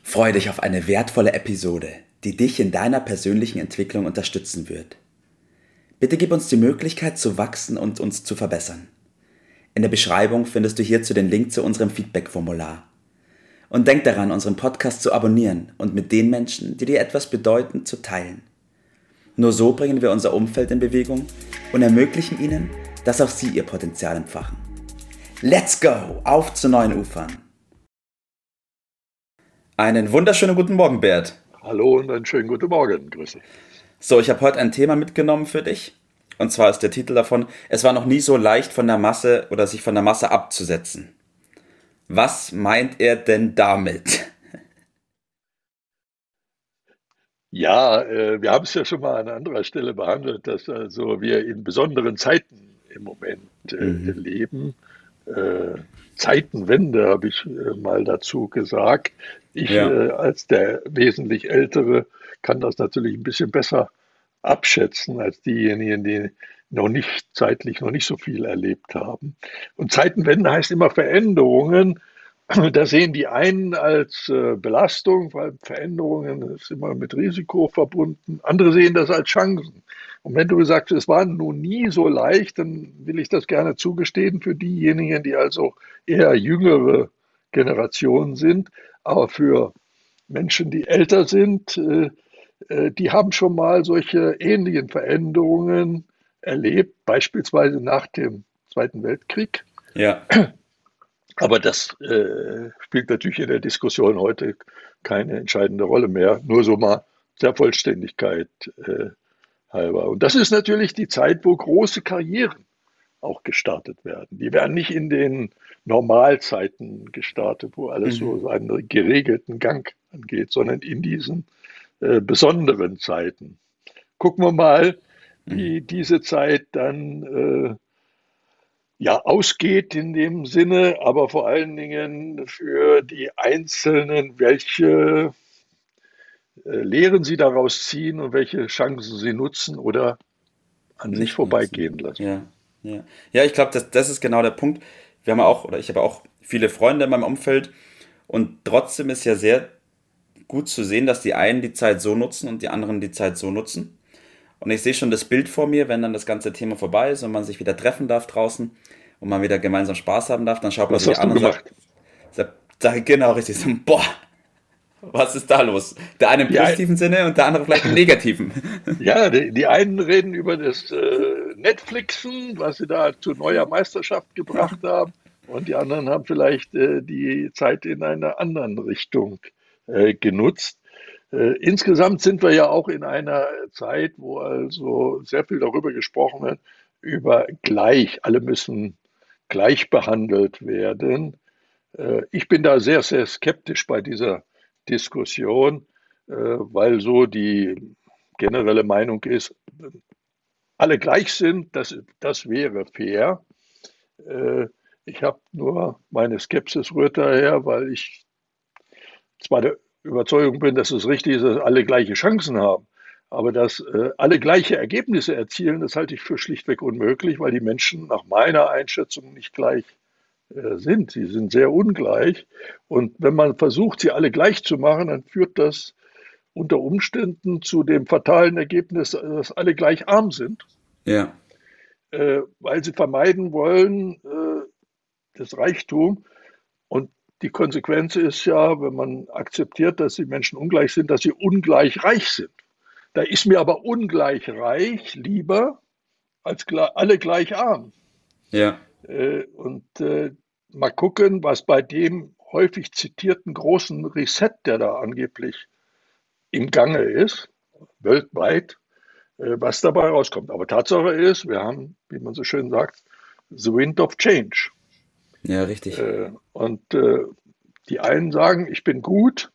Freue dich auf eine wertvolle Episode, die dich in deiner persönlichen Entwicklung unterstützen wird. Bitte gib uns die Möglichkeit zu wachsen und uns zu verbessern. In der Beschreibung findest du hierzu den Link zu unserem Feedback-Formular. Und denk daran, unseren Podcast zu abonnieren und mit den Menschen, die dir etwas bedeuten, zu teilen. Nur so bringen wir unser Umfeld in Bewegung und ermöglichen ihnen, dass auch sie ihr Potenzial entfachen. Let's go! Auf zu neuen Ufern! Einen wunderschönen guten Morgen, Bert. Hallo und einen schönen guten Morgen. Grüße. So, ich habe heute ein Thema mitgenommen für dich. Und zwar ist der Titel davon: Es war noch nie so leicht, von der Masse oder sich von der Masse abzusetzen. Was meint er denn damit? Ja, wir haben es ja schon mal an anderer Stelle behandelt, dass also wir in besonderen Zeiten im Moment Mhm. leben. Äh, Zeitenwende habe ich mal dazu gesagt. Ich Ja, als der wesentlich Ältere kann das natürlich ein bisschen besser abschätzen als diejenigen, die zeitlich noch nicht so viel erlebt haben. Und Zeitenwende heißt immer Veränderungen. Das sehen die einen als Belastung, weil Veränderungen ist immer mit Risiko verbunden. Andere sehen das als Chancen. Und wenn du sagst, es war nun nie so leicht, dann will ich das gerne zugestehen für diejenigen, die also eher jüngere Generationen sind. Aber für Menschen, die älter sind, die haben schon mal solche ähnlichen Veränderungen erlebt, beispielsweise nach dem Zweiten Weltkrieg. ja, Aber das spielt natürlich in der Diskussion heute keine entscheidende Rolle mehr. Nur so mal der Vollständigkeit halber. Und das ist natürlich die Zeit, wo große Karrieren auch gestartet werden. Die werden nicht in den Normalzeiten gestartet, wo alles so mhm. seinen geregelten Gang angeht, sondern in diesen besonderen Zeiten. Gucken wir mal, Mhm. wie diese Zeit dann ja, ausgeht in dem Sinne, aber vor allen Dingen für die Einzelnen, welche Lehren sie daraus ziehen und welche Chancen sie nutzen oder an sich Nicht nutzen. vorbeigehen lassen. Ja, ja. Ja, ich glaube, das ist genau der Punkt. Wir haben auch, oder ich habe auch viele Freunde in meinem Umfeld, und trotzdem ist ja sehr gut zu sehen, dass die einen die Zeit so nutzen und die anderen die Zeit so nutzen. Und ich sehe schon das Bild vor mir, wenn dann das ganze Thema vorbei ist und man sich wieder treffen darf draußen und man wieder gemeinsam Spaß haben darf, dann schaut man Was sich hast an du und sagt, gemacht? genau richtig so: Boah, was ist da los? Der eine im Die, ein- positiven Sinne und der andere vielleicht im negativen. ja, die einen reden über das Netflixen, was sie da zu neuer Meisterschaft gebracht haben, und die anderen haben vielleicht die Zeit in einer anderen Richtung genutzt. Insgesamt sind wir ja auch in einer Zeit, wo also sehr viel darüber gesprochen wird, über gleich. Alle müssen gleich behandelt werden. Ich bin da sehr, sehr skeptisch bei dieser Diskussion, weil so die generelle Meinung ist, alle gleich sind, das wäre fair. Äh, Ich habe nur meine Skepsis rührt daher, weil ich zwar der Überzeugung bin, dass es richtig ist, dass alle gleiche Chancen haben, aber dass alle gleiche Ergebnisse erzielen, das halte ich für schlichtweg unmöglich, weil die Menschen nach meiner Einschätzung nicht gleich sind. Sie sind sehr ungleich. Und wenn man versucht, sie alle gleich zu machen, dann führt das unter Umständen zu dem fatalen Ergebnis, dass alle gleich arm sind, Ja, weil sie vermeiden wollen, das Reichtum. Und die Konsequenz ist ja, wenn man akzeptiert, dass die Menschen ungleich sind, dass sie ungleich reich sind. Da ist mir aber ungleich reich lieber als alle gleich arm. ja, Und mal gucken, was bei dem häufig zitierten großen Reset, der da angeblich im Gange ist, weltweit, was dabei rauskommt. Aber Tatsache ist, wir haben, wie man so schön sagt, the wind of change. ja, richtig. Und die einen sagen, ich bin gut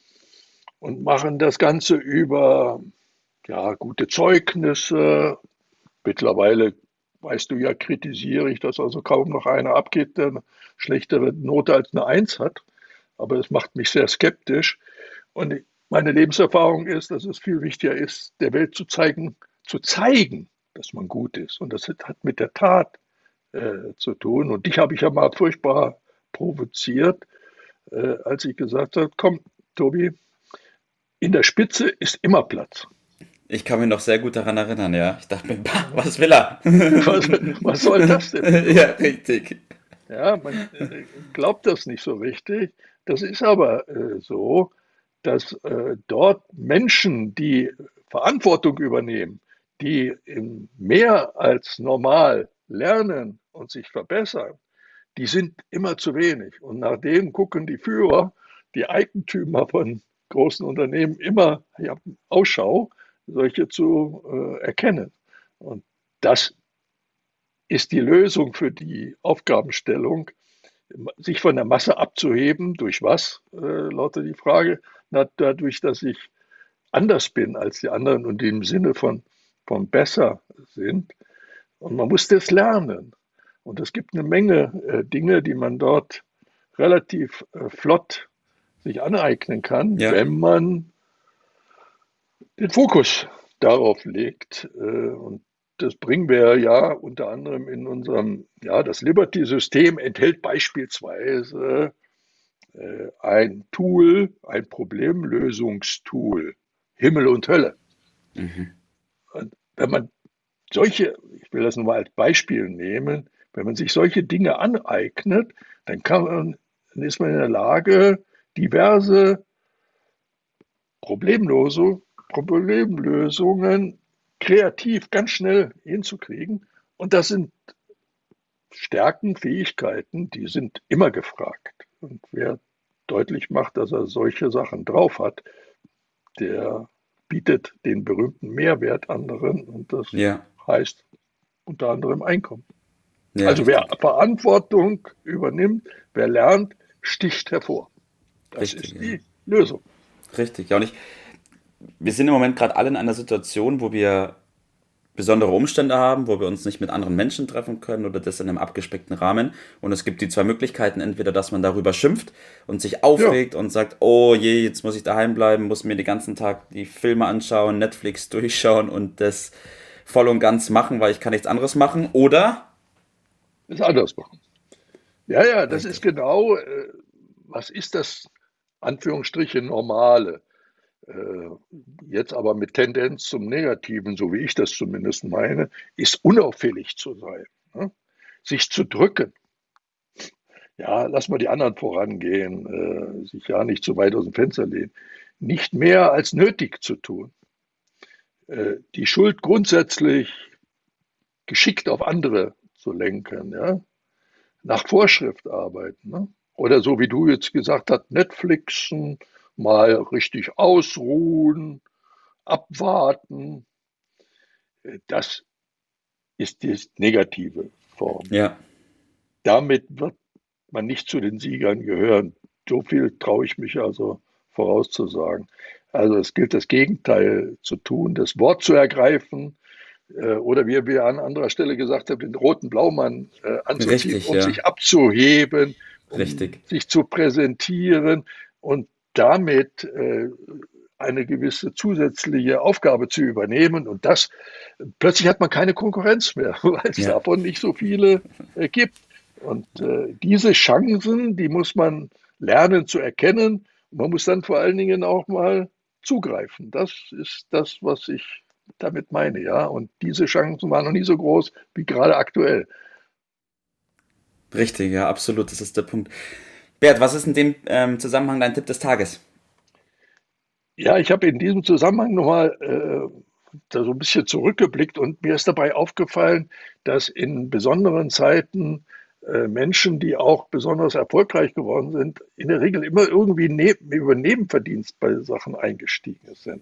und machen das Ganze über ja, gute Zeugnisse. Mittlerweile, weißt du ja, kritisiere ich, dass also kaum noch einer abgeht, der eine schlechtere Note als eine Eins hat. Aber es macht mich sehr skeptisch. Und meine Lebenserfahrung ist, dass es viel wichtiger ist, der Welt zu zeigen, dass man gut ist. Und das hat mit der Tat zu tun. Und dich habe ich ja mal furchtbar provoziert, als ich gesagt habe, komm, Tobi, in der Spitze ist immer Platz. Ich kann mich noch sehr gut daran erinnern, ja. Ich dachte mir, bah, was will er? Was, was soll das denn Ja, bedeuten? richtig. Ja, man glaubt das nicht so richtig. Das ist aber so, dass dort Menschen, die Verantwortung übernehmen, die mehr als normal lernen und sich verbessern, die sind immer zu wenig. Und nach denen gucken die Führer, die Eigentümer von großen Unternehmen immer ja, Ausschau, solche zu erkennen. Und das ist die Lösung für die Aufgabenstellung, sich von der Masse abzuheben. Durch was, lautet die Frage. Na, dadurch, dass ich anders bin als die anderen und im Sinne von besser sind. Und man muss das lernen. Und es gibt eine Menge Dinge, die man dort relativ flott sich aneignen kann, Ja, wenn man den Fokus darauf legt. Und das bringen wir ja unter anderem in unserem, ja, das Liberty-System enthält beispielsweise ein Tool, ein Problemlösungstool, Himmel und Hölle. Und wenn man solche, ich will das nur mal als Beispiel nehmen, wenn man sich solche Dinge aneignet, dann ist man in der Lage, diverse Problemlösungen kreativ ganz schnell hinzukriegen. Und das sind Stärken, Fähigkeiten, die sind immer gefragt. Und wer deutlich macht, dass er solche Sachen drauf hat, der bietet den berühmten Mehrwert anderen und das ja, heißt unter anderem Einkommen. ja, Also wer richtig. Verantwortung übernimmt, wer lernt, sticht hervor. Das Richtig, ist ja. die Lösung. Richtig. Ja, und wir sind im Moment gerade alle in einer Situation, wo wir besondere Umstände haben, wo wir uns nicht mit anderen Menschen treffen können oder das in einem abgespeckten Rahmen. Und es gibt die zwei Möglichkeiten, entweder, dass man darüber schimpft und sich Ja, aufregt und sagt, oh je, jetzt muss ich daheim bleiben, muss mir den ganzen Tag die Filme anschauen, Netflix durchschauen und das voll und ganz machen, weil ich kann nichts anderes machen. Oder? ist anders machen. Ja, ja, das ist Richtig. genau, was ist das, Anführungsstriche, Normale? Äh, Jetzt aber mit Tendenz zum Negativen, so wie ich das zumindest meine, ist unauffällig zu sein. Ne? Sich zu drücken. Ja, lass mal die anderen vorangehen, sich ja nicht zu weit aus dem Fenster lehnen. Nicht mehr als nötig zu tun. Die Schuld grundsätzlich geschickt auf andere zu lenken, ja? Nach Vorschrift arbeiten. Ne? Oder so wie du jetzt gesagt hast, Netflixen, mal richtig ausruhen, abwarten. Das ist die negative Form. Ja, Damit wird man nicht zu den Siegern gehören. So viel traue ich mich also vorauszusagen. Also es gilt das Gegenteil zu tun, das Wort zu ergreifen oder wie wir an anderer Stelle gesagt haben, den roten Blaumann anzuziehen, richtig, um ja. sich abzuheben, um Richtig. sich zu präsentieren und damit eine gewisse zusätzliche Aufgabe zu übernehmen. Und das plötzlich hat man keine Konkurrenz mehr, weil es Ja. davon nicht so viele gibt. Und diese Chancen, die muss man lernen zu erkennen. Und man muss dann vor allen Dingen auch mal zugreifen. Das ist das, was ich damit meine, ja. Und diese Chancen waren noch nie so groß wie gerade aktuell. Richtig, ja, absolut. Das ist der Punkt. Bert, was ist in dem Zusammenhang dein Tipp des Tages? Ja, ich habe in diesem Zusammenhang nochmal da so ein bisschen zurückgeblickt und mir ist dabei aufgefallen, dass in besonderen Zeiten Menschen, die auch besonders erfolgreich geworden sind, in der Regel immer irgendwie über Nebenverdienst bei Sachen eingestiegen sind.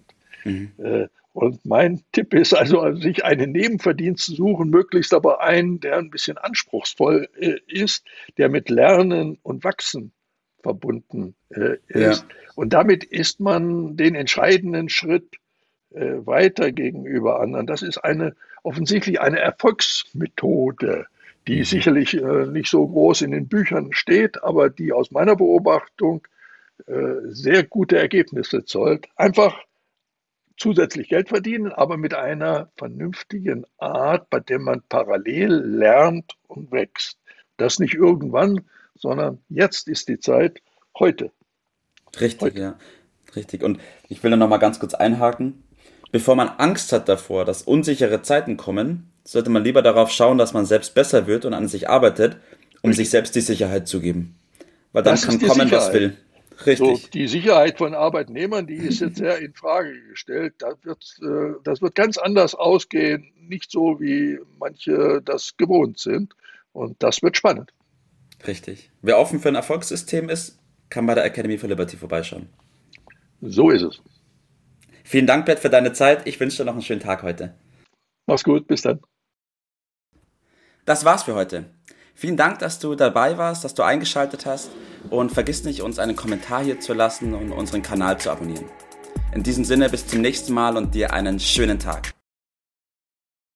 Und mein Tipp ist also, sich einen Nebenverdienst zu suchen, möglichst aber einen, der ein bisschen anspruchsvoll ist, der mit Lernen und Wachsen verbunden Ja, ist. Und damit ist man den entscheidenden Schritt weiter gegenüber anderen. Das ist offensichtlich eine Erfolgsmethode, die sicherlich nicht so groß in den Büchern steht, aber die aus meiner Beobachtung sehr gute Ergebnisse zollt. Einfach zusätzlich Geld verdienen, aber mit einer vernünftigen Art, bei der man parallel lernt und wächst. Das nicht irgendwann, sondern jetzt ist die Zeit, heute. richtig, Heute. ja. Richtig. Und ich will da nochmal ganz kurz einhaken. Bevor man Angst hat davor, dass unsichere Zeiten kommen, sollte man lieber darauf schauen, dass man selbst besser wird und an sich arbeitet, um sich selbst die Sicherheit zu geben. Weil dann kann kommen, was will. Richtig. So, die Sicherheit von Arbeitnehmern, die ist jetzt sehr in Frage gestellt. Das wird ganz anders ausgehen, nicht so, wie manche das gewohnt sind. Und das wird spannend. Richtig. Wer offen für ein Erfolgssystem ist, kann bei der Academy for Liberty vorbeischauen. So ist es. Vielen Dank, Bert, für deine Zeit. Ich wünsche dir noch einen schönen Tag heute. Mach's gut, bis dann. Das war's für heute. Vielen Dank, dass du dabei warst, dass du eingeschaltet hast und vergiss nicht, uns einen Kommentar hier zu lassen und unseren Kanal zu abonnieren. In diesem Sinne, bis zum nächsten Mal und dir einen schönen Tag.